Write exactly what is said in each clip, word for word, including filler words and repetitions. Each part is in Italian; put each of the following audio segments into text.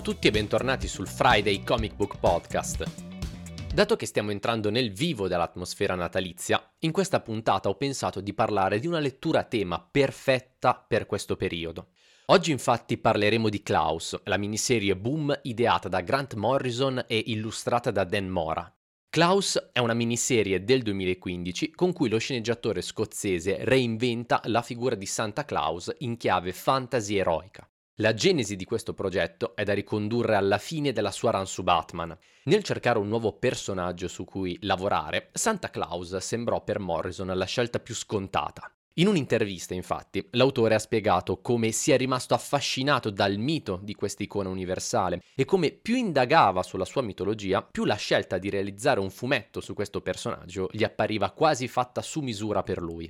Ciao a tutti e bentornati sul Friday Comic Book Podcast. Dato che stiamo entrando nel vivo dell'atmosfera natalizia, in questa puntata ho pensato di parlare di una lettura a tema perfetta per questo periodo. Oggi infatti parleremo di Klaus, la miniserie Boom ideata da Grant Morrison e illustrata da Dan Mora. Klaus è una miniserie del duemilaquindici con cui lo sceneggiatore scozzese reinventa la figura di Santa Claus in chiave fantasy eroica. La genesi di questo progetto è da ricondurre alla fine della sua run su Batman. Nel cercare un nuovo personaggio su cui lavorare, Santa Claus sembrò per Morrison la scelta più scontata. In un'intervista, infatti, l'autore ha spiegato come sia rimasto affascinato dal mito di questa icona universale e come più indagava sulla sua mitologia, più la scelta di realizzare un fumetto su questo personaggio gli appariva quasi fatta su misura per lui.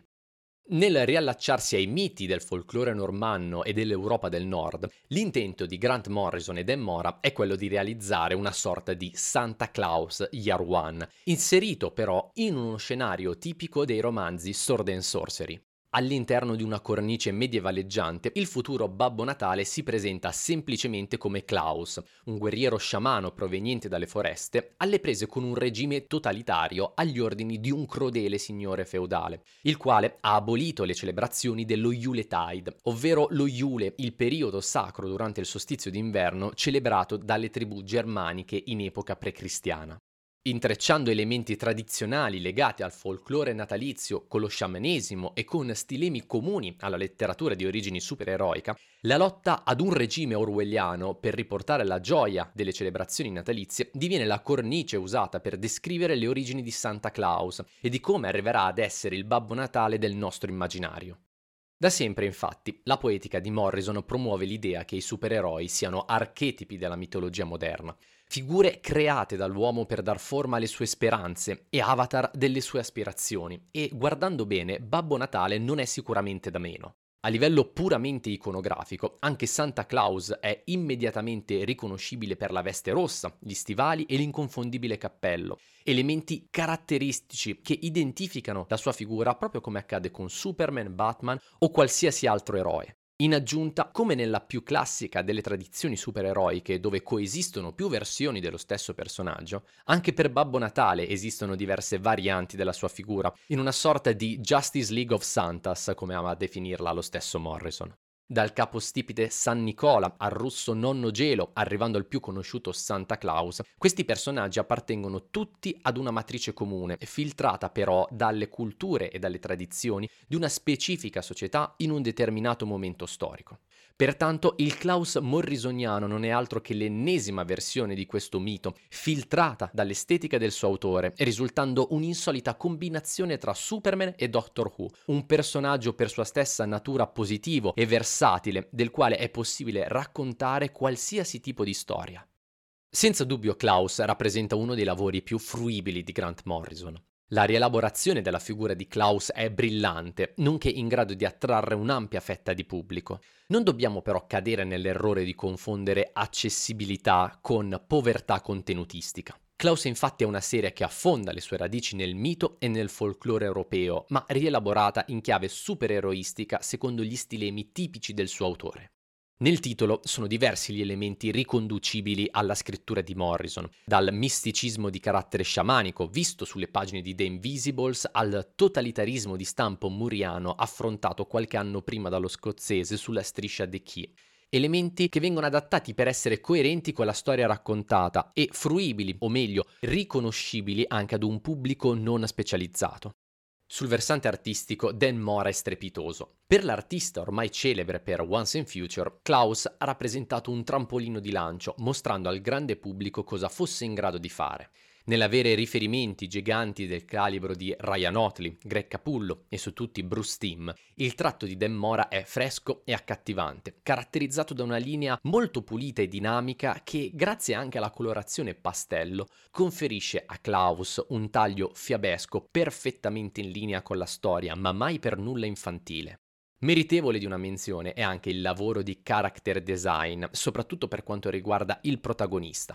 Nel riallacciarsi ai miti del folklore normanno e dell'Europa del Nord, l'intento di Grant Morrison e Dan Mora è quello di realizzare una sorta di Santa Claus Year One, inserito però in uno scenario tipico dei romanzi Sword and Sorcery. All'interno di una cornice medievaleggiante, il futuro Babbo Natale si presenta semplicemente come Klaus, un guerriero sciamano proveniente dalle foreste, alle prese con un regime totalitario agli ordini di un crudele signore feudale, il quale ha abolito le celebrazioni dello Yuletide, ovvero lo Yule, il periodo sacro durante il solstizio d'inverno celebrato dalle tribù germaniche in epoca precristiana. Intrecciando elementi tradizionali legati al folklore natalizio con lo sciamanesimo e con stilemi comuni alla letteratura di origini supereroica, la lotta ad un regime orwelliano per riportare la gioia delle celebrazioni natalizie diviene la cornice usata per descrivere le origini di Santa Claus e di come arriverà ad essere il Babbo Natale del nostro immaginario. Da sempre, infatti, la poetica di Morrison promuove l'idea che i supereroi siano archetipi della mitologia moderna, figure create dall'uomo per dar forma alle sue speranze e avatar delle sue aspirazioni, e guardando bene, Babbo Natale non è sicuramente da meno. A livello puramente iconografico, anche Santa Claus è immediatamente riconoscibile per la veste rossa, gli stivali e l'inconfondibile cappello, elementi caratteristici che identificano la sua figura proprio come accade con Superman, Batman o qualsiasi altro eroe. In aggiunta, come nella più classica delle tradizioni supereroiche dove coesistono più versioni dello stesso personaggio, anche per Babbo Natale esistono diverse varianti della sua figura, in una sorta di Justice League of Santas, come ama definirla lo stesso Morrison. Dal capostipite San Nicola al russo Nonno Gelo, arrivando al più conosciuto Santa Claus, questi personaggi appartengono tutti ad una matrice comune, filtrata però dalle culture e dalle tradizioni di una specifica società in un determinato momento storico. Pertanto il Klaus morrisoniano non è altro che l'ennesima versione di questo mito, filtrata dall'estetica del suo autore, risultando un'insolita combinazione tra Superman e Doctor Who, un personaggio per sua stessa natura positivo e versatile, del quale è possibile raccontare qualsiasi tipo di storia. Senza dubbio Klaus rappresenta uno dei lavori più fruibili di Grant Morrison. La rielaborazione della figura di Klaus è brillante, nonché in grado di attrarre un'ampia fetta di pubblico. Non dobbiamo però cadere nell'errore di confondere accessibilità con povertà contenutistica. Klaus infatti è una serie che affonda le sue radici nel mito e nel folklore europeo, ma rielaborata in chiave supereroistica secondo gli stilemi tipici del suo autore. Nel titolo sono diversi gli elementi riconducibili alla scrittura di Morrison, dal misticismo di carattere sciamanico visto sulle pagine di The Invisibles al totalitarismo di stampo muriano affrontato qualche anno prima dallo scozzese sulla striscia The Key. Elementi che vengono adattati per essere coerenti con la storia raccontata e fruibili, o meglio, riconoscibili anche ad un pubblico non specializzato. Sul versante artistico, Dan Mora è strepitoso. Per l'artista ormai celebre per Once and Future, Klaus ha rappresentato un trampolino di lancio, mostrando al grande pubblico cosa fosse in grado di fare. Nell'avere riferimenti giganti del calibro di Ryan Otley, Greg Capullo e su tutti Bruce Timm, il tratto di Dan Mora è fresco e accattivante, caratterizzato da una linea molto pulita e dinamica che, grazie anche alla colorazione pastello, conferisce a Klaus un taglio fiabesco perfettamente in linea con la storia, ma mai per nulla infantile. Meritevole di una menzione è anche il lavoro di character design, soprattutto per quanto riguarda il protagonista.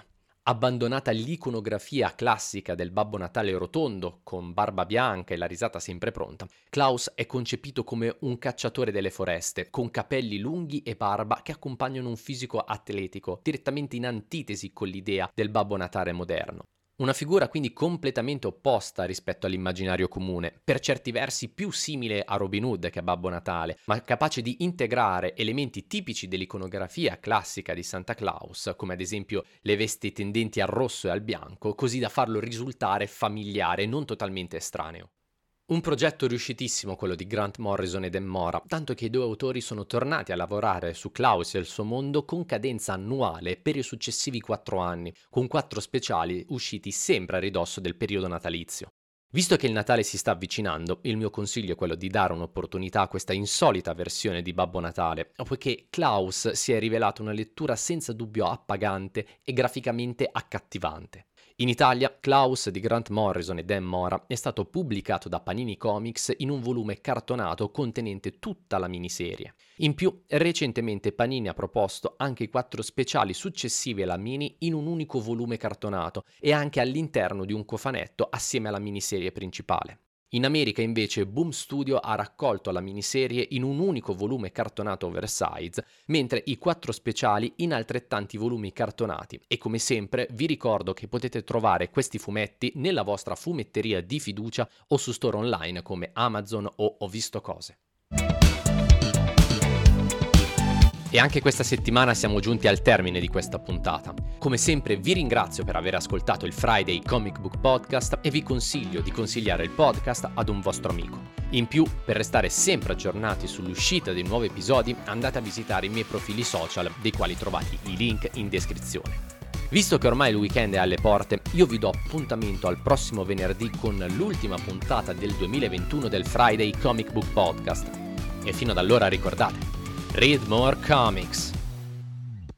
Abbandonata l'iconografia classica del Babbo Natale rotondo, con barba bianca e la risata sempre pronta, Klaus è concepito come un cacciatore delle foreste, con capelli lunghi e barba che accompagnano un fisico atletico, direttamente in antitesi con l'idea del Babbo Natale moderno. Una figura quindi completamente opposta rispetto all'immaginario comune, per certi versi più simile a Robin Hood che a Babbo Natale, ma capace di integrare elementi tipici dell'iconografia classica di Santa Claus, come ad esempio le vesti tendenti al rosso e al bianco, così da farlo risultare familiare e non totalmente estraneo. Un progetto riuscitissimo quello di Grant Morrison e Dan Mora, tanto che i due autori sono tornati a lavorare su Klaus e il suo mondo con cadenza annuale per i successivi quattro anni, con quattro speciali usciti sempre a ridosso del periodo natalizio. Visto che il Natale si sta avvicinando, il mio consiglio è quello di dare un'opportunità a questa insolita versione di Babbo Natale, poiché Klaus si è rivelato una lettura senza dubbio appagante e graficamente accattivante. In Italia, Klaus di Grant Morrison e Dan Mora è stato pubblicato da Panini Comics in un volume cartonato contenente tutta la miniserie. In più, recentemente Panini ha proposto anche i quattro speciali successivi alla mini in un unico volume cartonato e anche all'interno di un cofanetto assieme alla miniserie principale. In America invece Boom Studio ha raccolto la miniserie in un unico volume cartonato oversize, mentre i quattro speciali in altrettanti volumi cartonati. E come sempre vi ricordo che potete trovare questi fumetti nella vostra fumetteria di fiducia o su store online come Amazon o Ho Visto Cose. E anche questa settimana siamo giunti al termine di questa puntata. Come sempre vi ringrazio per aver ascoltato il Friday Comic Book Podcast e vi consiglio di consigliare il podcast ad un vostro amico. In più, per restare sempre aggiornati sull'uscita dei nuovi episodi, andate a visitare i miei profili social, dei quali trovate i link in descrizione. Visto che ormai il weekend è alle porte, io vi do appuntamento al prossimo venerdì con l'ultima puntata del duemilaventuno del Friday Comic Book Podcast. E fino ad allora ricordate, read more comics.